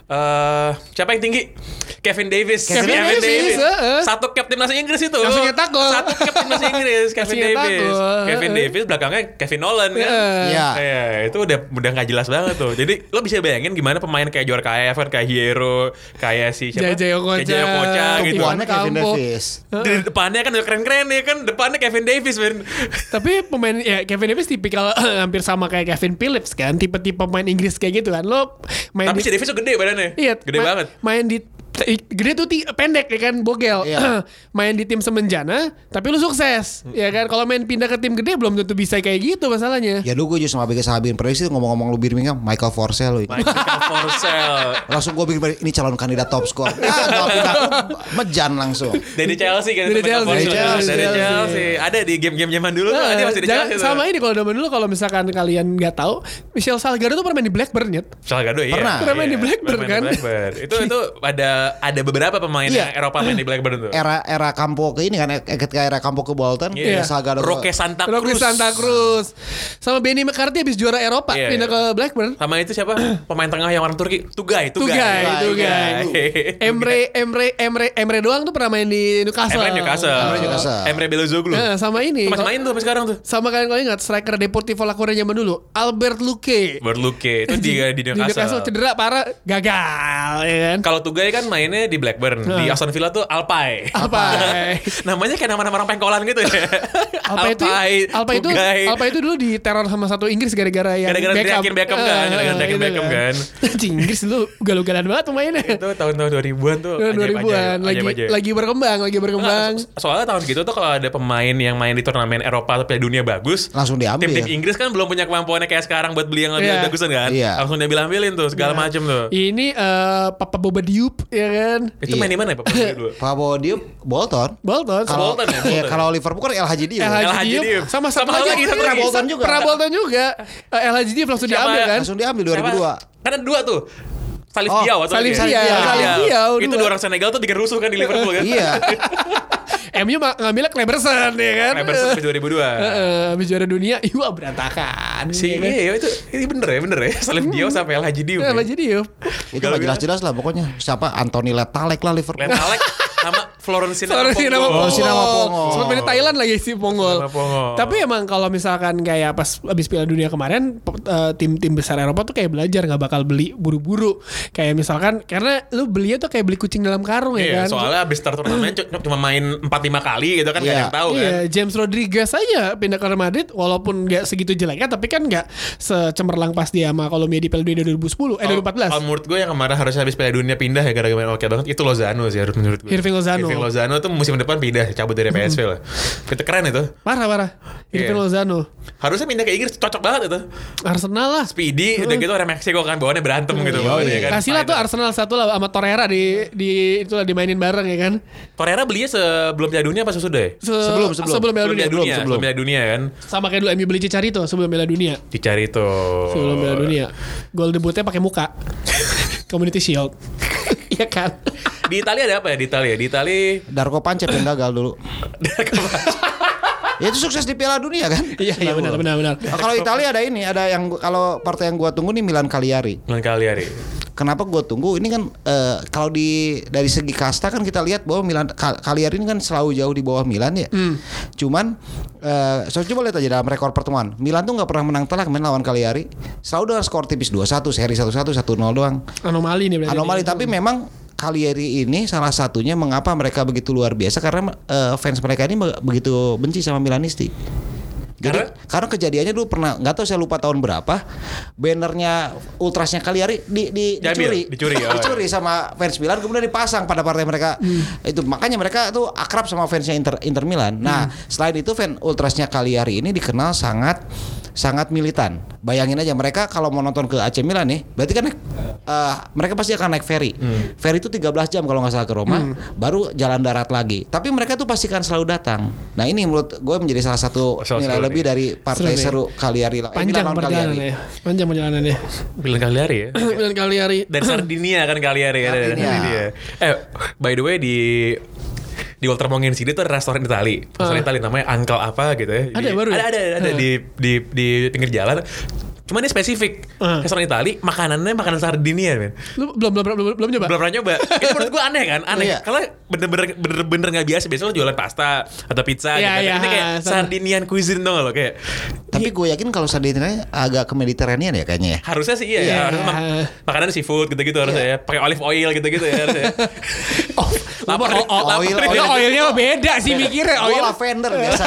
Eh, siapa yang tinggi? Kevin Davis. Kevin Davis, heeh. Satu cap timnas Inggris itu. Langsung nyetak gol. Satu cap timnas Inggris Kevin Langsung nyetak Davis. gol. Kevin Davis belakangnya Kevin Nolan kan. Iya. Iya, itu udah udah nggak jelas banget tuh. Jadi lo bisa bayangin gimana pemain kayak Jorkaeff kan, kayak Hierro, kayak si siapa? Jai-Jai Okocha. Jai-Jai Okocha gitu. Ivan Tuannya Kevin Campo. Davis. Di depannya kan udah keren-keren ya kan. Depannya Kevin Davis men. Tapi pemain ya Kevin Davis tipikal hampir sama kayak Kevin Phillips kan, tipe-tipe pemain Inggris kayak gitu kan. Lo main Tapi di, si Davis tuh gede badannya. iya, Gede ma- banget. Main di gede tuh ti- pendek ya kan, bogel. Iya. Main di tim semenjana tapi lu sukses. Ya kan, kalau main pindah ke tim gede belum tentu bisa kayak gitu masalahnya. Ya dulu gue juga sama bikin sahabin prediksi ngomong-ngomong lu Birmingham Michael Forsell lu. Michael Forsell. Langsung gue bikin ini calon kandidat top score. Ya gak pindah mejan langsung. Dari Chelsea kan Dari itu Michael Chelsea. Forsell. Dari Dari Chelsea. Chelsea. Ada di game-game zaman dulu tuh, Nah, dia masih di jangan- Chelsea tuh. sama ini kalau zaman dulu kalau misalkan kalian nggak tahu, Michel Salgado tuh pernah main di Blackburn ya. Salgado iya. Pernah. Pernah main di Iya, Blackburn, pernah main kan? di Blackburn. Itu itu ada ada beberapa pemain Iya. yang Eropa main di Blackburn tuh. Era era Campo ke ini kan ketika era Campo ke Bolton, Iya. ya Salgado Roque Santa Cruz. Rocky Santa Cruz. Sama Benny McCarthy habis juara Eropa Iya. pindah ke Blackburn. Sama itu siapa? Pemain tengah yang orang Turki. Tugay, Tugay. Tugay, Tugay. Tugay. Emre, Emre, Emre, Emre doang tuh pernah main di Newcastle. Emre Newcastle. Emre Newcastle. Emre Belozoglu. Nah, sama ini. Masih main tuh sampai sekarang tuh. Sama kalian kalau ingat striker Deportivo La Coruña zaman dulu, Albert Luque. Berluke itu di di Di Newcastle Newcastle. cedera parah, gagal ya kan. Kalau Tugay kan mainnya di Blackburn, di Nah. Aston Villa tuh Alpay. Apa? Namanya kayak nama-nama orang pengkolan gitu ya. Alpa itu Alpa itu Tugay. Alpa itu dulu diteror sama satu Inggris gara-gara yang Gara-gara teriakin Beckham kan, gara-gara teriakin gitu Beckham kan. Anjing, Inggris dulu ugal-ugalan banget pemainnya. Itu tahun-tahun dua ribuan tuh. dua ajaib-ajaib, ribuan lagi ajaib-ajaib. lagi berkembang, lagi berkembang. Nggak, so- soalnya tahun gitu tuh kalau ada pemain yang main di turnamen Eropa atau Piala Dunia bagus, langsung diambil. tim-tim Ya. Inggris kan belum punya kemampuannya kayak sekarang buat beli yang lebih Iya. bagusan kan. Iya. Langsung dia ambil-ambilin tuh segala macam tuh. Ini eh, Papa Boba Diop ya kan. Itu Iya. main di mana ya Pak dulu? Pabo Diop Bolton. Bolton. Kalau Bolton ya, iya, Bolton. kalau Liverpool kan El Hadji Diop. El Hadji El Hadji Diop Diop. sama Sama satu lagi lagi, satu lagi. Bolton juga. Pernah Bolton juga. Eh, El Hadji Diop langsung Siapa? diambil kan. Langsung diambil dua ribu dua. Siapa? Kan ada dua tuh. Salif Oh, Diao atau Salif lagi? Diao, Salif Diao, Itu dua. dua orang Senegal tuh bikin rusuh kan di Liverpool kan. Iya. M U ma- ngambilnya Kleberson ya kan. Emerson sampai dua ribu dua. Heeh, habis juara dunia, iya berantakan. Si ya kan? iya itu ini bener ya bener ya. Salif Diao sampai El Hadji Diop. El Hadji Diop. Itu gak jelas-jelas lah pokoknya. Siapa Anthony Letalek lah Liverpool. Len Alek sama Florentina Florentina Pongo. Pongo. Florentina Pongo. Sempat main di Thailand lagi si Ponggol. Sama Pongo. Tapi emang kalau misalkan kayak pas abis Piala Dunia kemarin pe- eh, tim-tim besar Eropa tuh kayak belajar nggak bakal beli buru-buru. Kayak misalkan karena lu belinya tuh kayak beli kucing dalam karung ya Iya, kan. soalnya abis start turnamen cu- cuma main empat lima kali gitu kan, nggak Iya. ada yang tahu kan. Iya, James Rodriguez aja pindah ke Real Madrid walaupun nggak segitu jeleknya tapi kan nggak secemerlang pas dia sama Colombia di Piala Dunia dua ribu sepuluh eh dua ribu empat belas. Kalau menurut gue yang kemarin harusnya habis Piala Dunia pindah ya gara-gara oke banget itu Lozano sih harus menurut gue. Irving Lozano. Irving Lozano tuh musim depan pindah cabut dari P S V lah. Itu keren itu. Parah parah. Irving Iya. Lozano. Harusnya pindah ke Inggris cocok banget itu. Arsenal lah. Speedy udah gitu orang Meksiko kan bawaannya berantem gitu bawaannya ya kan. Kasih lah tuh Fighter. Arsenal satu lah sama Torreira di di itulah dimainin bareng ya kan. Torreira belinya sebelum Piala Dunia apa sesudah ya? Se- Sebelum, sebelum. sebelum Piala Sebelum Dunia. Piala Dunia, sebelum. sebelum Piala Dunia kan. Sama kayak dulu M U beli Chicharito sebelum Piala Dunia. Dicari tuh. Sebelum Piala Dunia. Gol debutnya pakai muka. Community Shield. Iya kan? Di Italia ada apa ya di Italia? Di Italia Darko Pancep yang gagal dulu. Ya itu sukses di Piala Dunia kan? Iya iya benar benar benar. Nah, kalau Italia ada ini, ada yang kalau partai yang gua tunggu nih Milan Cagliari. Milan Cagliari. Kenapa gue tunggu? Ini kan eh, kalau di dari segi kasta kan kita lihat bahwa Milan Cal- Cagliari ini kan selalu jauh di bawah Milan ya. Cuman eh, so, coba lihat aja dalam rekor pertemuan. Milan tuh nggak pernah menang telak main lawan Cagliari. Selalu dengan skor tipis dua satu, seri satu satu, satu nol doang. Anomali nih berarti. Anomali tapi memang Cagliari ini salah satunya mengapa mereka begitu luar biasa karena eh, fans mereka ini be- begitu benci sama Milanisti. Jadi Karena? karena kejadiannya dulu pernah nggak tahu saya lupa tahun berapa, bannernya Ultrasnya Cagliari di, di Diambil, dicuri, dicuri, oh, dicuri sama fans Milan kemudian dipasang pada partai mereka. Itu makanya mereka tuh akrab sama fansnya Inter Inter Milan. Nah, selain itu fan Ultrasnya Cagliari ini dikenal sangat sangat militan. Bayangin aja mereka kalau mau nonton ke A C Milan nih, berarti kan uh, mereka pasti akan naik ferry. Hmm. Ferry itu tiga belas jam kalau nggak salah ke Roma, hmm. baru jalan darat lagi. Tapi mereka tuh pasti kan selalu datang. Nah ini menurut gue menjadi salah satu oh, nilai lebih nih. Dari partai seru, seru Cagliari. Panjang eh, perjalanan ya. Panjang perjalanannya. Milan Cagliari ya. Milan Cagliari. Dan Sardinia kan Cagliari ya. Sardinia. Eh by the way di di Walter Mongen sini tuh ada restoran Itali, restoran uh. Itali namanya Uncle apa gitu ya. Ada di, baru. Ada ada ada uh. di di di pinggir jalan. Cuma dia spesifik uh. restoran Itali, makanannya makanan Sardinia, men. Lu belum belum belum belum coba? Belum pernah nyoba. Itu menurut gue aneh kan, aneh. Iya. Karena bener-bener bener-bener nggak biasa. Biasanya lo jualan pasta atau pizza yeah, gitu. Yeah, ini kayak sama. Sardinian cuisine dong lo kayak. Tapi gue yakin kalau Sardinia agak ke Mediterranean ya kayaknya ya. Harusnya sih iya. Yeah. Harusnya mak- makanan seafood gitu-gitu yeah. harusnya ya. Pakai olive oil gitu-gitu ya harusnya. oh, lapar, oh, oh, oil, lapar. oil, Oilnya beda sih mikirnya. Oil lavender biasa.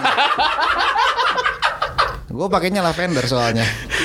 Gue pakainya lavender soalnya.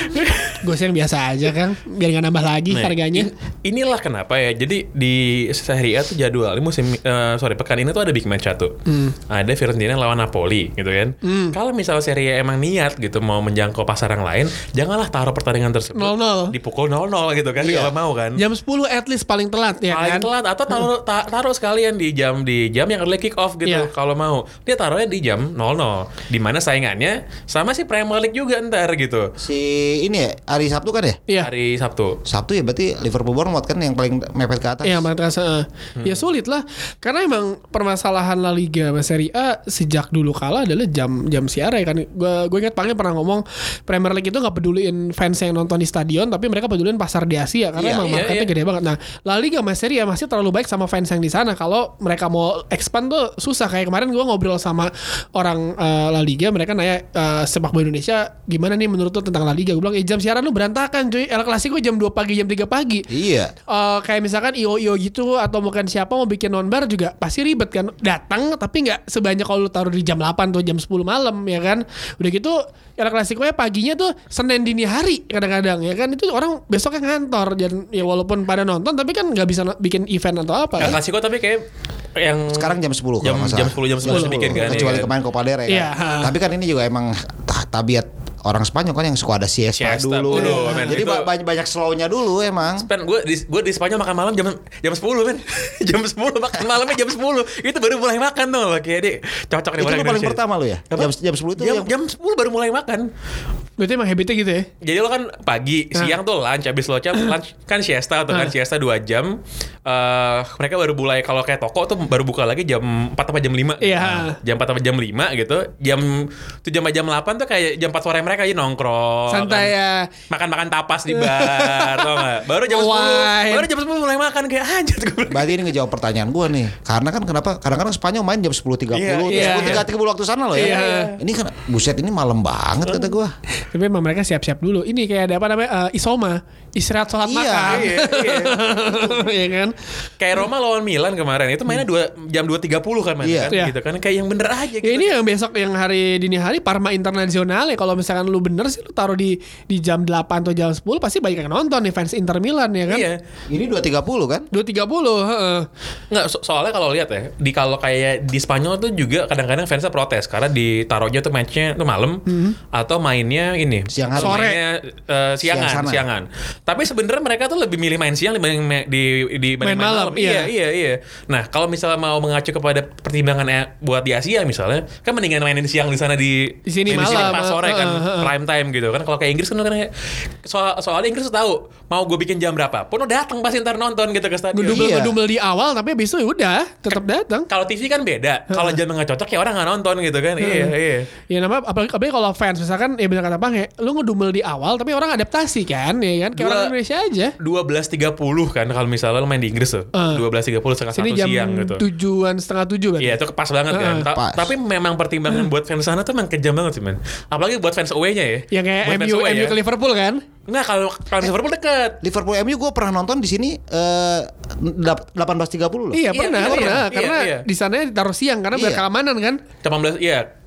Gue sih yang biasa aja kan, biar nggak nambah lagi nah, harganya. In, inilah kenapa ya. Jadi di Serie A tuh jadwal musim uh, sorry pekan ini tuh ada big match satu. Hmm. Ada Fiorentina lawan Napoli gitu kan. Hmm. Kalau misalnya Serie A emang niat gitu mau menjangkau pasar yang lain, janganlah taruh pertandingan tersebut nol nol dipukul nol nol gitu kan. Iya. Kalau mau kan. Jam sepuluh at least paling telat ya paling kan. Paling telat atau taruh ta- taruh sekalian di jam di jam yang early kick off gitu yeah. kalau mau. Dia taruhnya di jam nol nol. Di mana saingannya sama si Premier League juga ntar gitu. Si ini ya hari Sabtu kan ya? Iya. Hari Sabtu. Sabtu ya berarti Liverpool Bournemouth kan yang paling mepet ke atas. Iya, mepet ke atas. Uh. Hmm. Ya sulit lah. Karena emang permasalahan La Liga sama Serie A sejak dulu kala adalah jam jam siaran kan. Gue gue ingat Pangnya pernah ngomong Premier League itu nggak peduliin fans yang nonton di stadion, tapi mereka peduliin pasar di Asia karena iya, emang iya, marketnya iya. gede banget. Nah, La Liga sama Serie A masih terlalu baik sama fans yang di sana. Kalau mereka mau expand tuh susah. Kayak kemarin gue ngobrol sama orang uh, La Liga, mereka nanya uh, sepak bola Indonesia gimana nih menurut lu tentang La Liga. Gue bilang, eh, jam siaran lu berantakan cuy. El Clasico jam dua pagi, jam tiga pagi. Iya. Uh, kayak misalkan I O I O gitu atau mungkin siapa mau bikin nonbar juga pasti ribet kan. Datang tapi nggak sebanyak kalau lu taruh di jam delapan atau jam sepuluh malam ya kan. Udah gitu El Clasico-nya paginya tuh Senin dini hari kadang-kadang ya kan. Itu orang besoknya ngantor dan ya walaupun pada nonton tapi kan nggak bisa bikin event atau apa. El kan? Clasico tapi kayak yang sekarang jam sepuluh jam, kalau nggak salah. jam sepuluh jam sepuluh bikin kan. Kecuali ya, kemarin Copa del Rey ya. Kan. Tapi kan ini juga emang tabiat orang Spanyol kan yang suka ada siesta, siesta dulu. dulu man. Jadi itu, banyak banyak slownya dulu emang. Spen gue di gue di Spanyol makan malam jam jam sepuluh men. jam sepuluh makan malamnya jam sepuluh. Itu baru mulai makan tuh loh kayak dia cocok nih orang Indonesia. Itu paling pertama lu ya? Jam jam sepuluh itu jam, yang... jam sepuluh baru mulai makan. Berarti emang habitnya gitu ya? Jadi lo kan pagi, nah. siang tuh lunch, habis lo lunch kan siesta atau kan siesta dua jam. Uh, mereka baru mulai kalau kayak toko tuh baru buka lagi jam empat sampai jam lima. Iya. Nah, jam empat sampai jam lima gitu. Jam tujuh sampai jam delapan tuh kayak jam empat sore mereka aja nongkrong. Santai kan. Ya. Makan-makan tapas di bar, tau gak? Baru jam sepuluh. Baru jam sepuluh mulai makan kayak anjir. Berarti ini ngejawab pertanyaan gue nih. Karena kan kenapa? Kadang-kadang Spanyol main jam sepuluh tiga puluh, yeah, sepuluh tiga puluh waktu sana loh ya. Yeah. Ini kan buset ini malam banget kata gue. Tapi memang mereka siap-siap dulu. Ini kayak ada apa namanya uh, isoma, istirahat sholat iya, makan. Iya, iya. Iya kan? Kayak Roma lawan Milan kemarin itu mainnya dua jam dua tiga puluh kan mainnya iya. kan iya. gitu kan kayak yang bener aja gitu. Ya ini yang besok yang hari dini hari Parma Internazionale ya, kalau misalkan lu bener sih lu taruh di di jam delapan atau jam sepuluh pasti banyak yang nonton nih fans Inter Milan ya kan? Iya. Ini dua tiga puluh kan? dua tiga puluh, heeh. Nggak, so- soalnya kalau lihat ya, di kalau kayak di Spanyol tuh juga kadang-kadang fansnya protes karena ditaruhnya tuh matchnya tuh malam mm-hmm. atau mainnya ini siang hari. Sore, mainnya, uh, siangan, siang siangan. Tapi sebenarnya mereka tuh lebih milih main siang dibanding ma- di di main, main malam. Iya, iya, iya. Nah, kalau misalnya mau mengacu kepada pertimbangan eh, buat di Asia misalnya, kan mendingan mainin siang di sana di di sini main malam pas sore kan uh, uh, uh. prime time gitu kan. Kalau kayak Inggris kan kayak soal soalnya Inggris tuh tahu mau gue bikin jam berapa pun udah datang pasti ntar nonton gitu ke stadion. Ngedumel Iya. ngedumel di awal tapi habis itu ya udah tetap datang. Kalau T V kan beda. Kalau jam nggak cocok ya orang nggak nonton gitu kan. Iya, iya. Ya nama apalagi, apalagi kalau fans misalkan ya benar kata Bang ya, lu ngedumel di awal tapi orang adaptasi kan ya kan kayak Dua- orang Indonesia aja. dua belas tiga puluh kan kalau misalnya lo main di Inggris tuh. Uh. dua belas tiga puluh setengah Sini satu jam siang gitu. tujuan setengah tujuh kan. Iya itu pas banget kan. Uh, Ta- pas. Tapi memang pertimbangan buat fans sana tuh memang kejam banget sih men. Apalagi buat fans away-nya ya. Ya kayak Buat M fans U away M U ya. ke Liverpool kan. Nggak kalau kalau Liverpool deket. Liverpool M U gue pernah nonton di sini eh, delapan belas tiga puluh loh. Iya, Iya, pernah, iya, pernah. iya, Karena iya. di sana ditaruh siang karena biar Iya. keamanan kan. delapan belas iya.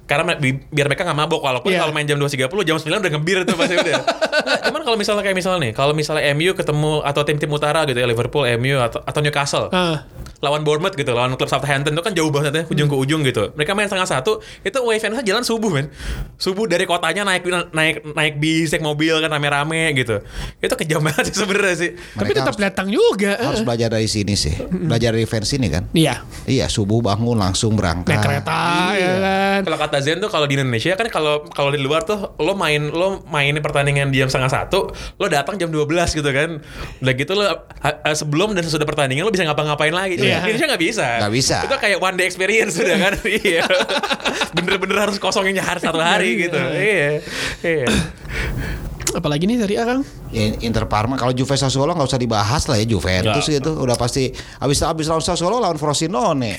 karena bi- biar mereka nggak mabok. Walaupun Iya. kalau main jam dua belas tiga puluh, jam sembilan udah ngebir tuh pasti udah. Nah, cuman kalau misalnya kayak misalnya nih, kalau misalnya M U ketemu atau tim-tim utara gitu ya, Liverpool, M U atau, atau Newcastle. Ah. Lawan Bournemouth gitu, lawan klub Southampton itu kan jauh banget ya, ujung ke ujung gitu. Mereka main setengah satu, itu away fansnya jalan subuh men. Subuh dari kotanya naik naik naik bis, naik mobil kan rame-rame gitu. Itu kejam banget sih sebenarnya sih. Tapi Mereka tetap harus- datang juga. Harus belajar dari sini sih. Belajar dari fans ini kan. Iya. Iya, subuh bangun langsung berangkat. Naik kereta ya kan. Kalau kata Zen tuh kalau di Indonesia kan kalau kalau di luar tuh lo main lo mainin pertandingan di jam setengah satu, lo datang jam dua belas gitu kan. Udah gitu lo ha- ha- sebelum dan sesudah pertandingan lo bisa ngapa-ngapain lagi. Iya. Di Indonesia nggak bisa. Nggak bisa. Itu kayak one day experience sudah kan. Iya. Bener-bener harus kosongin hari satu hari gitu. Iya. Iya. Apalagi nih dari A Kang? Ya, Inter Parma kalau Juve Sassuolo nggak usah dibahas lah ya, Juventus Nggak. gitu udah pasti abis abis lawan Sassuolo lawan Frosinone.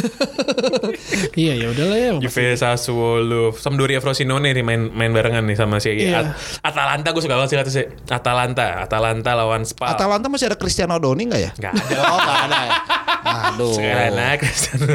Iya ya udahlah ya. Juve, Sassuolo, Sampdoria, Frosinone nih main main barengan nih sama si Iya. At- Atalanta. Gue suka banget sih kata si Atalanta. Atalanta lawan Spal. Atalanta masih ada Cristiano Doni nggak ya? Nggak ada. Oh nggak ada ya. Aduh. Sekarang anak Cristiano.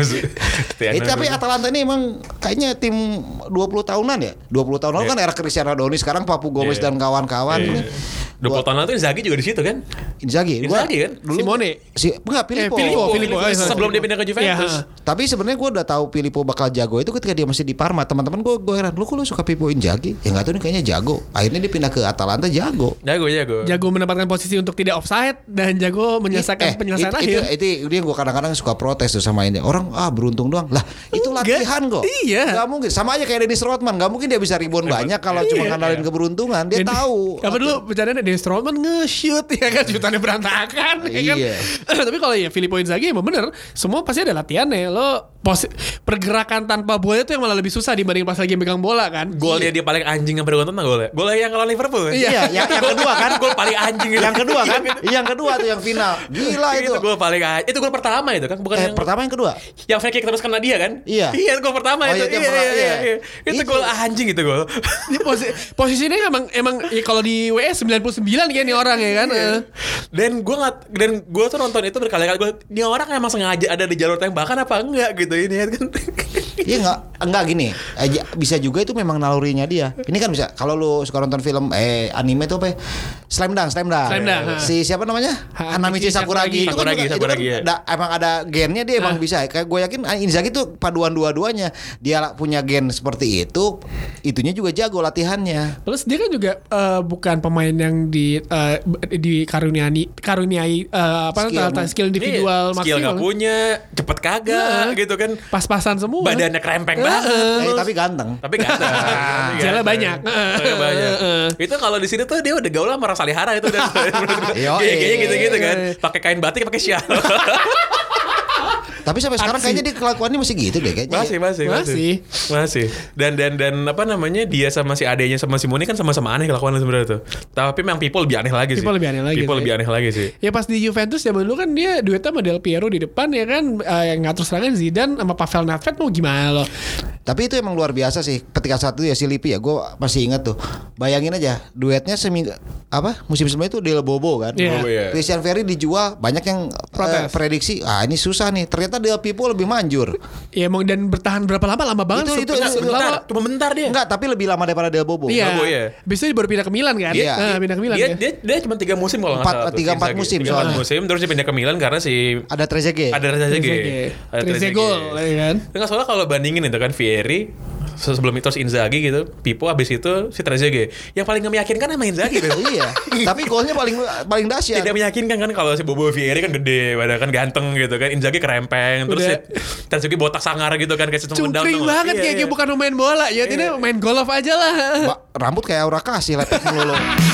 Eh, tapi Atalanta ini emang kayaknya tim dua puluh tahunan ya. dua puluh tahun lalu Iya. kan era Cristiano Doni, sekarang Papu Gomez Iya. dan kawan-kawan ini. dua puluh tahun lalu tuh Inzaghi juga di situ kan? Inzaghi, gua Inzaghi kan? dulu Simone. si enggak Filippo. Eh, Filippo, Filippo. Filippo. Eh, sorry, Sebelum dia Filippo. pindah ke Juventus. Iya. Tapi sebenarnya gue udah tahu Filippo bakal jago itu ketika dia masih di Parma. Teman-teman gue gue heran, lu kok lu suka Filippo Inzaghi? Ya nggak tahu nih kayaknya jago. Akhirnya dia pindah ke Atalanta jago. Jago, jago. Jago menempatkan posisi untuk tidak offside dan jago menyelesaikan penyelesaian itu, akhir. itu, itu, itu yang gue kadang-kadang suka protes tuh sama ini. Orang ah beruntung doang. Lah itu Enggak. latihan kok. Iya. Gak mungkin. Sama aja kayak Dennis Rodman. Gak mungkin dia bisa rebound banyak kalau cuma Iya. ngandalin keberuntungan. Dia Dan- tahu. Apa dulu bercandanya Dennis Rodman nge-shoot ya kan, shootannya berantakan ya kan. Iya. Tapi kalau ya Filippo Inzaghi emang bener, semua pasti ada latihannya. Lo pos- pergerakan tanpa bola itu yang malah lebih susah dibanding pas lagi megang bola kan. Gol dia dia paling anjing yang pernah gue tonton golnya. Golnya yang lawan Liverpool. Kan? Iya, yang, yang kedua kan. Gol paling anjing itu. Yang kedua kan. Yang kedua tuh yang final. Gila itu. Itu gol paling anjing. Itu gol pertama itu kan, bukan Eh yang pertama yang kedua. yang free kick terus kena dia kan? Iya. Iya, gol pertama Oh, itu. iya, itu yang Iya, pertama, iya, iya, iya. iya. Itu Itu. gol anjing itu gol. Ini posi- posisinya emang emang ya kalau di W S sembilan puluh sembilan kan nih orang ya kan. Eh. Dan gue nggak dan gue tuh nonton itu berkali-kali. Gue dia orang emang sengaja ada di jalur tembakan apa enggak gitu ini kan? Iya enggak enggak gini. Eh, j- bisa juga itu memang nalurinya dia. Ini kan bisa kalau lu suka nonton film eh anime tuh apa ya? Slam Dunk, Slam Dunk. Slam Dunk, ha. Si siapa namanya? Ha, Hanamichi Hanamichi Sakuragi. Itu kan Sakuragi, juga- itu Sakuragi, kan ya. da- emang ada gennya dia emang Ah. bisa. Kayak gue yakin Inzaghi tuh paduan dua-duanya. Dia punya gen seperti itu, itunya juga jago latihannya. Terus dia kan juga eh, bukan pemain yang di eh, di karuniai karuniai eh, apa Skill. skill, skill individual Iya, skill maksimal. nggak punya, cepet kagak Nah. gitu kan? Pas-pasan semua. Badannya krempeng banget. Eh, tapi ganteng. Tapi gak ada. Tapi Jalan ganteng. banyak. Jalan banyak. Itu kalau di sini tuh dia udah gaul sama Rasa Lihara itu udah. Yo, Gaya-gaya eh. gitu-gitu kan. Pakai kain batik, pakai syal. Tapi sampai sekarang Aksi. kayaknya dia kelakuannya masih gitu deh kayaknya. Masih, masih, masih. Masih. Masih. Dan dan dan apa namanya? Dia sama si adenya sama si Muni kan sama-sama aneh kelakuannya sebenarnya tuh. Tapi memang people lebih aneh lagi sih. People lebih aneh lagi People sih. lebih aneh lagi sih. Ya pas di Juventus zaman dulu kan dia duetnya sama Del Piero di depan ya kan, eh, yang ngatur serangan Zidane sama Pavel Nedved mau gimana lo? Tapi itu emang luar biasa sih. Ketika saat itu ya si Lippi ya, gue masih ingat tuh. Bayangin aja, duetnya seminggu apa musim sebelumnya itu Del Bobo kan. Iya. Bobo, iya. Christian Ferry dijual, banyak yang eh, Protes. prediksi, ah ini susah nih. Ternyata Del Pipo lebih manjur. Ya emang dan bertahan berapa lama? Lama banget. Itu- itu- Sebentar- itu- Bentar, lama. cuma bentar dia. Enggak, tapi lebih lama daripada Del Bobo. Iya. Bobo, iya. Bisa dia baru pindah ke Milan kan? Iya. Nah, pindah ke Milan Dia, ya. dia dia cuma tiga musim kalau nggak Empat- salah. tuh, tiga, empat Inzaghi. musim Tiga empat soalnya. musim terus dia pindah ke Milan karena si Ada Trezeguet. ada Trezeguet. Trezeguet. Ada Trezeguet, ya kan? Enggak soalnya kalau bandingin itu kan Vieri sebelum itu Inzaghi gitu, Pipo abis itu si Trezeguet. Yang paling nggak meyakinkan sama Inzaghi kan? Iya. Tapi golnya paling paling dahsyat. Tidak meyakinkan kan kalau si Bobo Vieri kan gede, padahal kan ganteng gitu kan. Inzaghi kerempeng, terus Udah. si Trezeguet botak sangar gitu kan kayak sistem Cungkring banget Iya, kayak iya. bukan main bola ya, ini main golf aja lah. Ba- rambut kayak Aura Kasih lepek melulu.